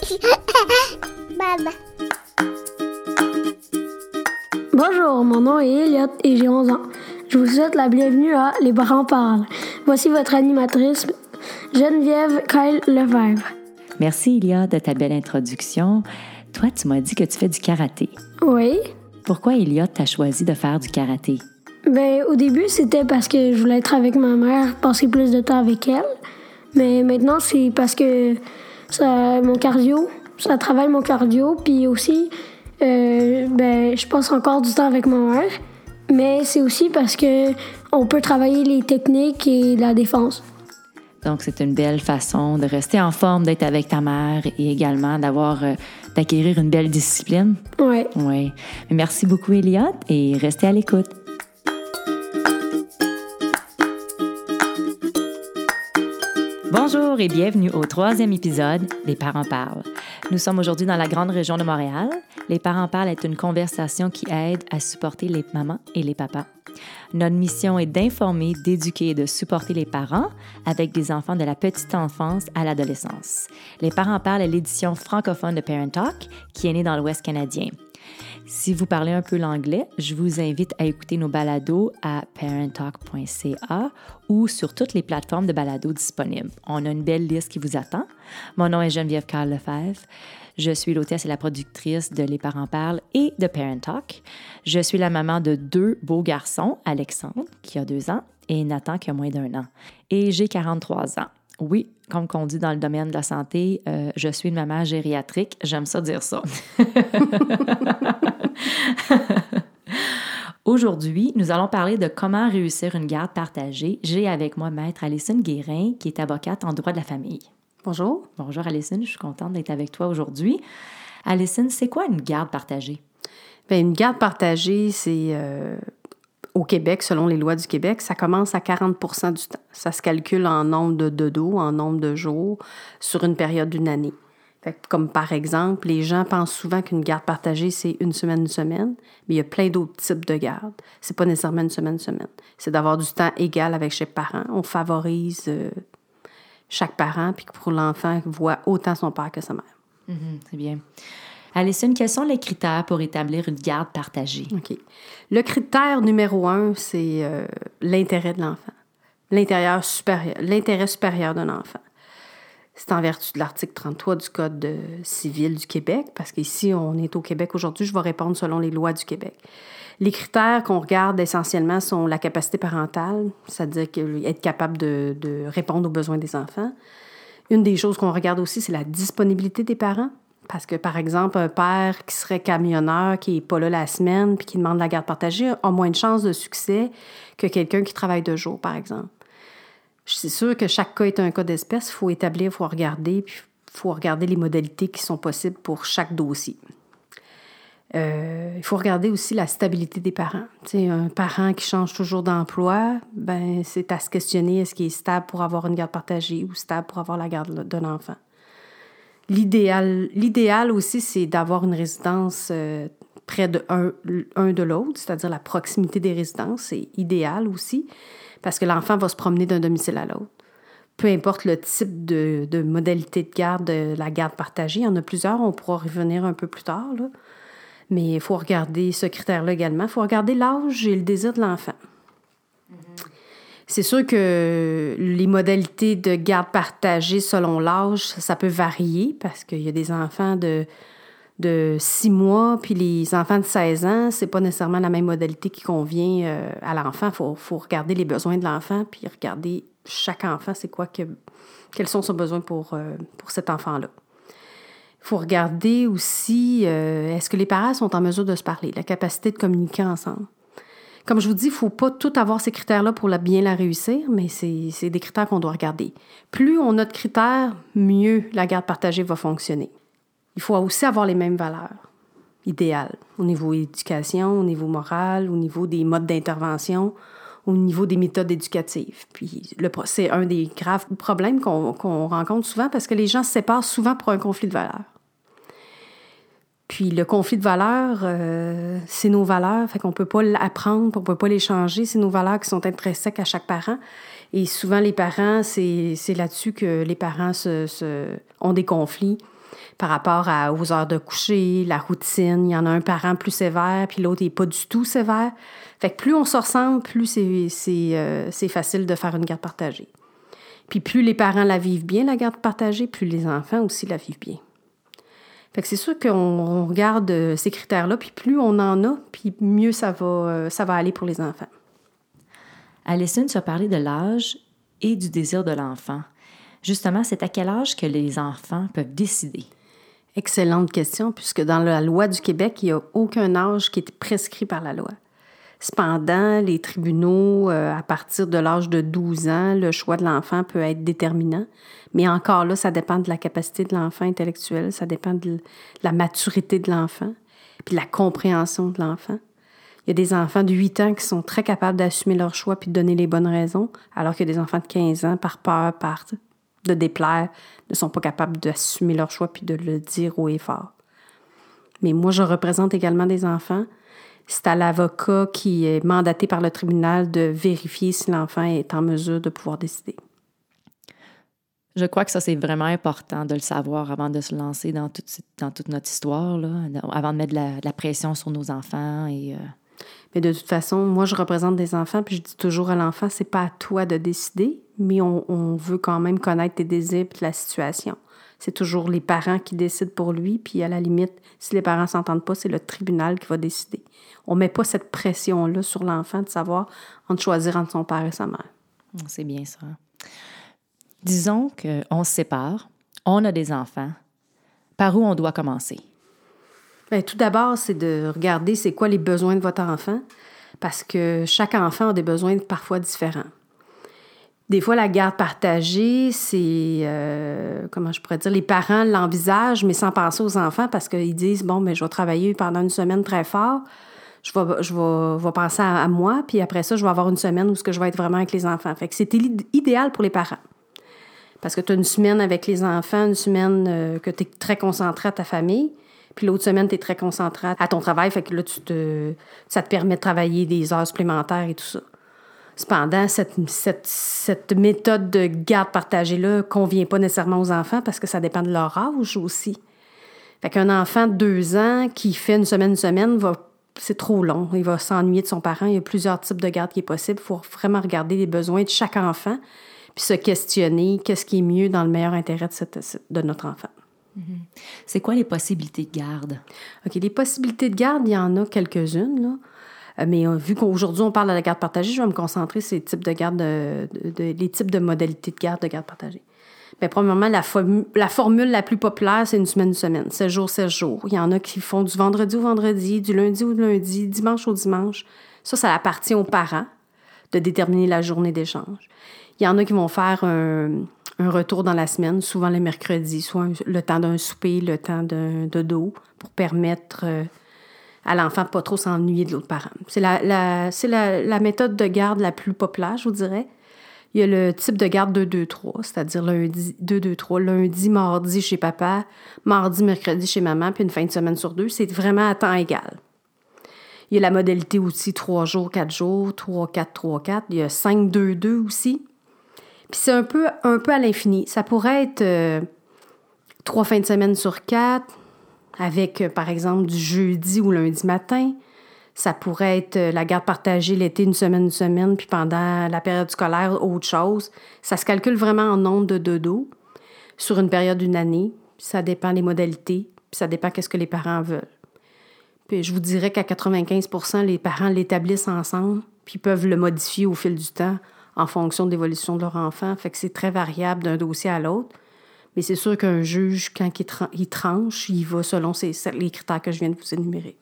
Maman. Bonjour, mon nom est Elliot et j'ai 11 ans. Je vous souhaite la bienvenue à Les parents parlent. Voici votre animatrice, Geneviève Kyle Lefebvre. Merci, Elliot, de ta belle introduction. Toi, tu m'as dit que tu fais du karaté. Oui. Pourquoi, Elliot, t'as choisi de faire du karaté? Au début, c'était parce que je voulais être avec ma mère, passer plus de temps avec elle. Mais maintenant, c'est parce que ça travaille mon cardio. Puis aussi, je passe encore du temps avec ma mère. Mais c'est aussi parce que on peut travailler les techniques et la défense. Donc, c'est une belle façon de rester en forme, d'être avec ta mère et également d'acquérir une belle discipline. Oui. Oui. Merci beaucoup, Elliot, et restez à l'écoute. Bonjour et bienvenue au 3e épisode des Parents parlent. Nous sommes aujourd'hui dans la grande région de Montréal. Les Parents parlent est une conversation qui aide à supporter les mamans et les papas. Notre mission est d'informer, d'éduquer et de supporter les parents avec des enfants de la petite enfance à l'adolescence. Les Parents parlent est l'édition francophone de Parent Talk qui est née dans l'Ouest canadien. Si vous parlez un peu l'anglais, je vous invite à écouter nos balados à parenttalk.ca ou sur toutes les plateformes de balados disponibles. On a une belle liste qui vous attend. Mon nom est Geneviève Kyle Lefebvre. Je suis l'hôtesse et la productrice de Les Parents parlent et de Parent Talk. Je suis la maman de 2 beaux garçons, Alexandre, qui a 2 ans, et Nathan, qui a moins d'1 an. Et j'ai 43 ans. Oui, comme on dit dans le domaine de la santé, je suis une maman gériatrique. J'aime ça dire ça. Aujourd'hui, nous allons parler de comment réussir une garde partagée. J'ai avec moi Maître Alison Guérin, qui est avocate en droit de la famille. Bonjour. Bonjour Alison, je suis contente d'être avec toi aujourd'hui. Alison, c'est quoi une garde partagée? Une garde partagée, c'est au Québec, selon les lois du Québec, ça commence à 40 % du temps. Ça se calcule en nombre de dodos, en nombre de jours, sur une période d'une année. Comme par exemple, les gens pensent souvent qu'une garde partagée, c'est une semaine, mais il y a plein d'autres types de gardes. C'est pas nécessairement une semaine. C'est d'avoir du temps égal avec chaque parent. On favorise chaque parent, puis que pour l'enfant, il voit autant son père que sa mère. C'est bien. Alison, quels sont les critères pour établir une garde partagée? OK. Le critère numéro 1, c'est l'intérêt de l'enfant. L'intérêt supérieur d'un enfant. C'est en vertu de l'article 33 du Code civil du Québec, parce qu'ici, on est au Québec aujourd'hui, je vais répondre selon les lois du Québec. Les critères qu'on regarde essentiellement sont la capacité parentale, c'est-à-dire être capable de répondre aux besoins des enfants. Une des choses qu'on regarde aussi, c'est la disponibilité des parents. Parce que, par exemple, un père qui serait camionneur, qui n'est pas là la semaine, puis qui demande la garde partagée, a moins de chances de succès que quelqu'un qui travaille 2 jours, par exemple. C'est sûr que chaque cas est un cas d'espèce. Il faut établir, il faut regarder, puis il faut regarder les modalités qui sont possibles pour chaque dossier. Il faut regarder aussi la stabilité des parents. T'sais, un parent qui change toujours d'emploi, c'est à se questionner, est-ce qu'il est stable pour avoir une garde partagée ou stable pour avoir la garde d'un enfant. L'idéal aussi, c'est d'avoir une résidence près de un de l'autre, c'est-à-dire la proximité des résidences, c'est idéal aussi, parce que l'enfant va se promener d'un domicile à l'autre. Peu importe le type de modalité de garde, de la garde partagée, il y en a plusieurs, on pourra revenir un peu plus tard, là. Mais il faut regarder ce critère-là également. Il faut regarder l'âge et le désir de l'enfant. C'est sûr que les modalités de garde partagée selon l'âge, ça peut varier parce qu'il y a des enfants de 6 mois, puis les enfants de 16 ans, c'est pas nécessairement la même modalité qui convient à l'enfant. Il faut regarder les besoins de l'enfant, puis regarder chaque enfant, c'est quoi quels sont ses besoins pour cet enfant-là. Il faut regarder aussi, est-ce que les parents sont en mesure de se parler, la capacité de communiquer ensemble. Comme je vous dis, il ne faut pas tout avoir ces critères-là pour bien la réussir, mais c'est des critères qu'on doit regarder. Plus on a de critères, mieux la garde partagée va fonctionner. Il faut aussi avoir les mêmes valeurs idéales au niveau éducation, au niveau moral, au niveau des modes d'intervention, au niveau des méthodes éducatives. Puis c'est un des graves problèmes qu'on rencontre souvent parce que les gens se séparent souvent pour un conflit de valeurs. Puis le conflit de valeurs, c'est nos valeurs, fait qu'on peut pas l'apprendre, on peut pas les changer. C'est nos valeurs qui sont intrinsèques à chaque parent. Et souvent, les parents, c'est là-dessus que les parents ont des conflits par rapport aux heures de coucher, la routine. Il y en a un parent plus sévère, puis l'autre n'est pas du tout sévère. Fait que plus on se ressemble, plus c'est facile de faire une garde partagée. Puis plus les parents la vivent bien, la garde partagée, plus les enfants aussi la vivent bien. Fait que c'est sûr qu'on regarde ces critères-là, puis plus on en a, puis mieux ça va aller pour les enfants. Alison, tu as parlé de l'âge et du désir de l'enfant. Justement, c'est à quel âge que les enfants peuvent décider? Excellente question, puisque dans la loi du Québec, il n'y a aucun âge qui est prescrit par la loi. Cependant, les tribunaux, à partir de l'âge de 12 ans, le choix de l'enfant peut être déterminant. Mais encore là, ça dépend de la capacité de l'enfant intellectuelle, ça dépend de la maturité de l'enfant, puis de la compréhension de l'enfant. Il y a des enfants de 8 ans qui sont très capables d'assumer leur choix puis de donner les bonnes raisons, alors qu'il y a des enfants de 15 ans, par peur, de déplaire, ne sont pas capables d'assumer leur choix puis de le dire haut et fort. Mais moi, je représente également des enfants. C'est à l'avocat qui est mandaté par le tribunal de vérifier si l'enfant est en mesure de pouvoir décider. Je crois que ça, c'est vraiment important de le savoir avant de se lancer dans toute notre histoire, là, avant de mettre de la pression sur nos enfants. Mais de toute façon, moi, je représente des enfants, puis je dis toujours à l'enfant, c'est pas à toi de décider, mais on veut quand même connaître tes désirs et la situation. C'est toujours les parents qui décident pour lui, puis à la limite, si les parents ne s'entendent pas, c'est le tribunal qui va décider. On ne met pas cette pression-là sur l'enfant de savoir choisir entre son père et sa mère. C'est bien ça. Disons qu'on se sépare, on a des enfants. Par où on doit commencer? Bien, tout d'abord, c'est de regarder c'est quoi les besoins de votre enfant, parce que chaque enfant a des besoins parfois différents. Des fois, la garde partagée, c'est, comment je pourrais dire, les parents l'envisagent, mais sans penser aux enfants, parce qu'ils disent, bon, mais je vais travailler pendant une semaine très fort, je vais penser à moi, puis après ça, je vais avoir une semaine où je vais être vraiment avec les enfants. Fait que c'était idéal pour les parents. Parce que tu as une semaine avec les enfants, une semaine que tu es très concentré à ta famille, puis l'autre semaine, tu es très concentré à ton travail, fait que là, ça te permet de travailler des heures supplémentaires et tout ça. Cependant, cette méthode de garde partagée-là ne convient pas nécessairement aux enfants parce que ça dépend de leur âge aussi. Fait qu'un enfant de 2 ans qui fait une semaine, c'est trop long. Il va s'ennuyer de son parent. Il y a plusieurs types de garde qui est possible. Il faut vraiment regarder les besoins de chaque enfant puis se questionner qu'est-ce qui est mieux dans le meilleur intérêt de notre enfant. Mm-hmm. C'est quoi les possibilités de garde? OK, les possibilités de garde, il y en a quelques-unes, là. Mais vu qu'aujourd'hui, on parle de la garde partagée, je vais me concentrer sur les types de garde, les types de modalités de garde partagée. Bien, premièrement, la formule la plus populaire, c'est une semaine, 7 jours, 7 jours. Il y en a qui font du vendredi au vendredi, du lundi au lundi, dimanche au dimanche. Ça appartient aux parents de déterminer la journée d'échange. Il y en a qui vont faire un retour dans la semaine, souvent le mercredi, soit le temps d'un souper, le temps d'un dodo, pour permettre à l'enfant de ne pas trop s'ennuyer de l'autre parent. C'est la méthode de garde la plus populaire, je vous dirais. Il y a le type de garde 2-2-3, c'est-à-dire lundi, 2-2-3, lundi, mardi chez papa, mardi, mercredi chez maman, puis une fin de semaine sur 2. C'est vraiment à temps égal. Il y a la modalité aussi 3 jours, 4 jours, 3-4, 3-4. Il y a 5-2-2 aussi. Puis c'est un peu à l'infini. Ça pourrait être 3 fins de semaine sur 4, avec, par exemple, du jeudi ou lundi matin. Ça pourrait être la garde partagée l'été, une semaine, puis pendant la période scolaire, autre chose. Ça se calcule vraiment en nombre de dodo sur une période d'une année. Puis ça dépend des modalités, puis ça dépend qu'est-ce que les parents veulent. Puis je vous dirais qu'à 95%, les parents l'établissent ensemble, puis peuvent le modifier au fil du temps en fonction de l'évolution de leur enfant. Fait que c'est très variable d'un dossier à l'autre. Mais c'est sûr qu'un juge, quand il tranche, il va selon les critères que je viens de vous énumérer.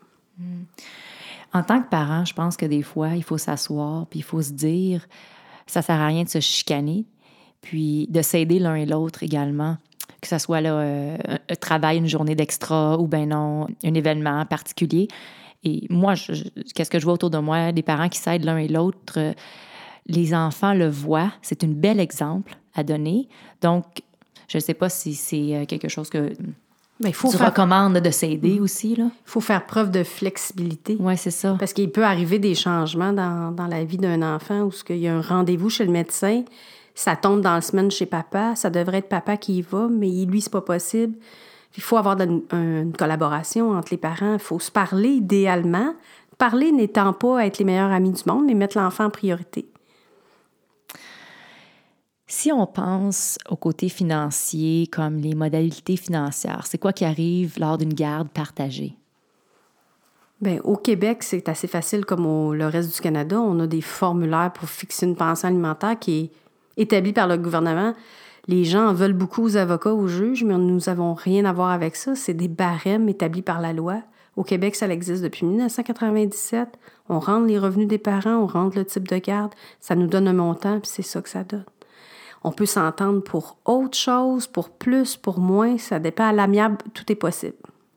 En tant que parent, je pense que des fois, il faut s'asseoir, puis il faut se dire, ça ne sert à rien de se chicaner, puis de s'aider l'un et l'autre également, que ce soit là, un travail, une journée d'extra ou ben non, un événement particulier. Et moi, qu'est-ce que je vois autour de moi, des parents qui s'aident l'un et l'autre, les enfants le voient, c'est un bel exemple à donner. Donc, je ne sais pas si c'est quelque chose que tu recommandes de s'aider aussi. Il faut faire preuve de flexibilité. Oui, c'est ça. Parce qu'il peut arriver des changements dans la vie d'un enfant où il y a un rendez-vous chez le médecin, ça tombe dans la semaine chez papa, ça devrait être papa qui y va, mais lui, c'est pas possible. Il faut avoir une collaboration entre les parents. Il faut se parler idéalement. Parler n'étant pas être les meilleurs amis du monde, mais mettre l'enfant en priorité. Si on pense au côté financier, comme les modalités financières, c'est quoi qui arrive lors d'une garde partagée? Bien, au Québec, c'est assez facile comme le reste du Canada. On a des formulaires pour fixer une pension alimentaire qui est établie par le gouvernement. Les gens en veulent beaucoup aux avocats, aux juges, mais nous n'avons rien à voir avec ça. C'est des barèmes établis par la loi. Au Québec, ça existe depuis 1997. On rentre les revenus des parents, on rentre le type de garde. Ça nous donne un montant, puis c'est ça que ça donne. On peut s'entendre pour autre chose, pour plus, pour moins. Ça dépend à l'amiable, tout est possible.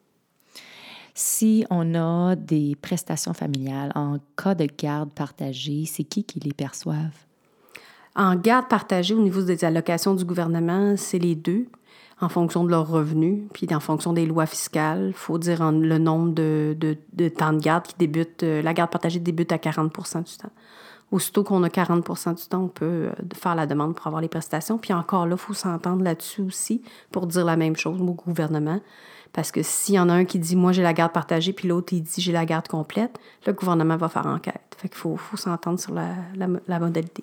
Si on a des prestations familiales en cas de garde partagée, c'est qui les perçoivent? En garde partagée, au niveau des allocations du gouvernement, c'est les deux, en fonction de leurs revenus, puis en fonction des lois fiscales. Il faut dire le nombre de temps de garde qui débute. La garde partagée débute à 40 % du temps. Aussitôt qu'on a 40 % du temps, on peut faire la demande pour avoir les prestations. Puis encore là, il faut s'entendre là-dessus aussi pour dire la même chose au gouvernement. Parce que s'il y en a un qui dit « moi, j'ai la garde partagée », puis l'autre, il dit « j'ai la garde complète », le gouvernement va faire enquête. Fait qu'il faut s'entendre sur la modalité.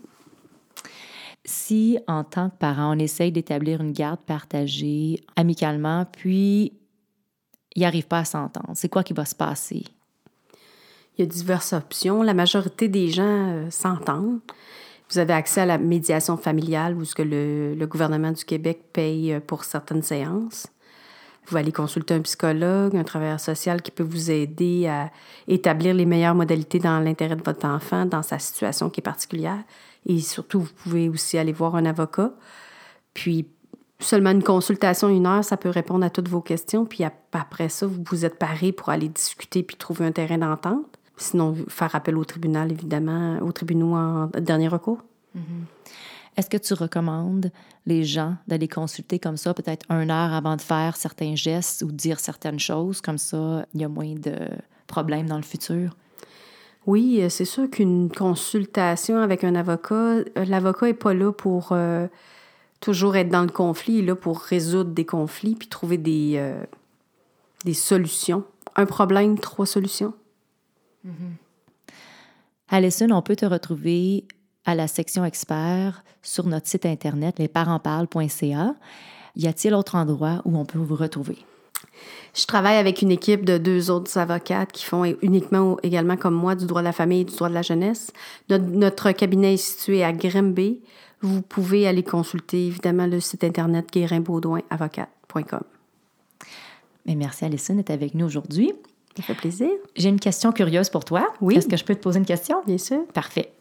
Si, en tant que parent, on essaye d'établir une garde partagée amicalement, puis il n'y arrive pas à s'entendre, c'est quoi qui va se passer? Il y a diverses options. La majorité des gens s'entendent. Vous avez accès à la médiation familiale où le gouvernement du Québec paye pour certaines séances. Vous allez consulter un psychologue, un travailleur social qui peut vous aider à établir les meilleures modalités dans l'intérêt de votre enfant, dans sa situation qui est particulière. Et surtout, vous pouvez aussi aller voir un avocat. Puis, seulement une consultation 1 heure, ça peut répondre à toutes vos questions. Puis après ça, vous êtes parés pour aller discuter puis trouver un terrain d'entente. Sinon, faire appel au tribunal, évidemment, aux tribunaux en dernier recours. Mm-hmm. Est-ce que tu recommandes les gens d'aller consulter comme ça, peut-être 1 heure avant de faire certains gestes ou dire certaines choses? Comme ça, il y a moins de problèmes dans le futur? Oui, c'est sûr qu'une consultation avec un avocat, l'avocat n'est pas là pour toujours être dans le conflit, il est là pour résoudre des conflits puis trouver des solutions. Un problème, 3 solutions. Mm-hmm. Alison, on peut te retrouver à la section experts sur notre site internet, lesparentsparlent.ca. Y a-t-il autre endroit où on peut vous retrouver? Je travaille avec une équipe de 2 autres avocates qui font uniquement, également comme moi, du droit de la famille et du droit de la jeunesse. Notre cabinet est situé à Grimby. Vous pouvez aller consulter, évidemment, le site internet guérinbaudouinavocate.com. Mais merci, Alison, d'être avec nous aujourd'hui. Ça fait plaisir. J'ai une question curieuse pour toi. Oui. Est-ce que je peux te poser une question? Bien sûr. Parfait.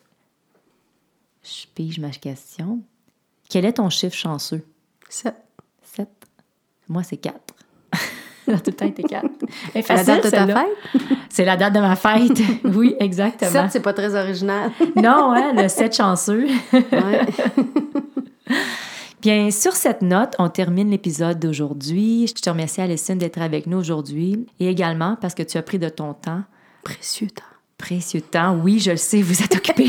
Je pige ma question. Quel est ton chiffre chanceux? 7. 7. Moi, c'est 4. Ça a tout le temps été 4. C'est la date de ta fête? C'est la date de ma fête. Oui, exactement. 7, c'est pas très original. Non, hein, le 7 chanceux. Ouais. Bien, sur cette note, on termine l'épisode d'aujourd'hui. Je te remercie, Alison, d'être avec nous aujourd'hui et également parce que tu as pris de ton temps. Précieux temps. Précieux temps, oui, je le sais, vous êtes occupés.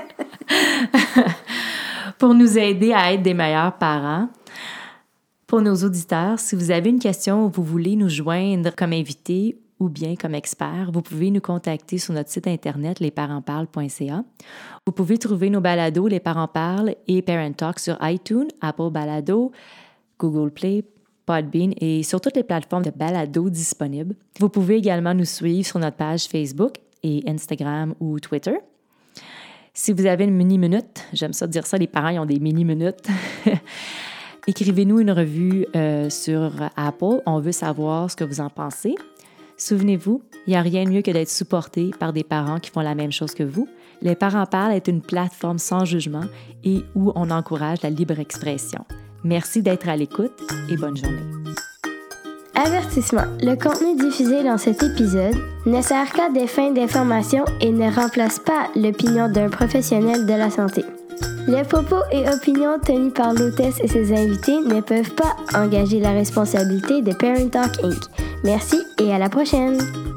Pour nous aider à être des meilleurs parents. Pour nos auditeurs, si vous avez une question ou vous voulez nous joindre comme invité ou bien comme expert, vous pouvez nous contacter sur notre site internet lesparentsparlent.ca. Vous pouvez trouver nos balados Les Parents Parlent et Parent Talk sur iTunes, Apple Balado, Google Play, Podbean et sur toutes les plateformes de balado disponibles. Vous pouvez également nous suivre sur notre page Facebook et Instagram ou Twitter. Si vous avez une mini-minute, j'aime ça dire ça, les parents ils ont des mini-minutes, écrivez-nous une revue sur Apple. On veut savoir ce que vous en pensez. Souvenez-vous, il n'y a rien de mieux que d'être supporté par des parents qui font la même chose que vous. Les Parents Parlent est une plateforme sans jugement et où on encourage la libre expression. Merci d'être à l'écoute et bonne journée. Avertissement. Le contenu diffusé dans cet épisode ne sert qu'à des fins d'information et ne remplace pas l'opinion d'un professionnel de la santé. Les propos et opinions tenus par l'hôtesse et ses invités ne peuvent pas engager la responsabilité de Parent Talk Inc. Merci et à la prochaine!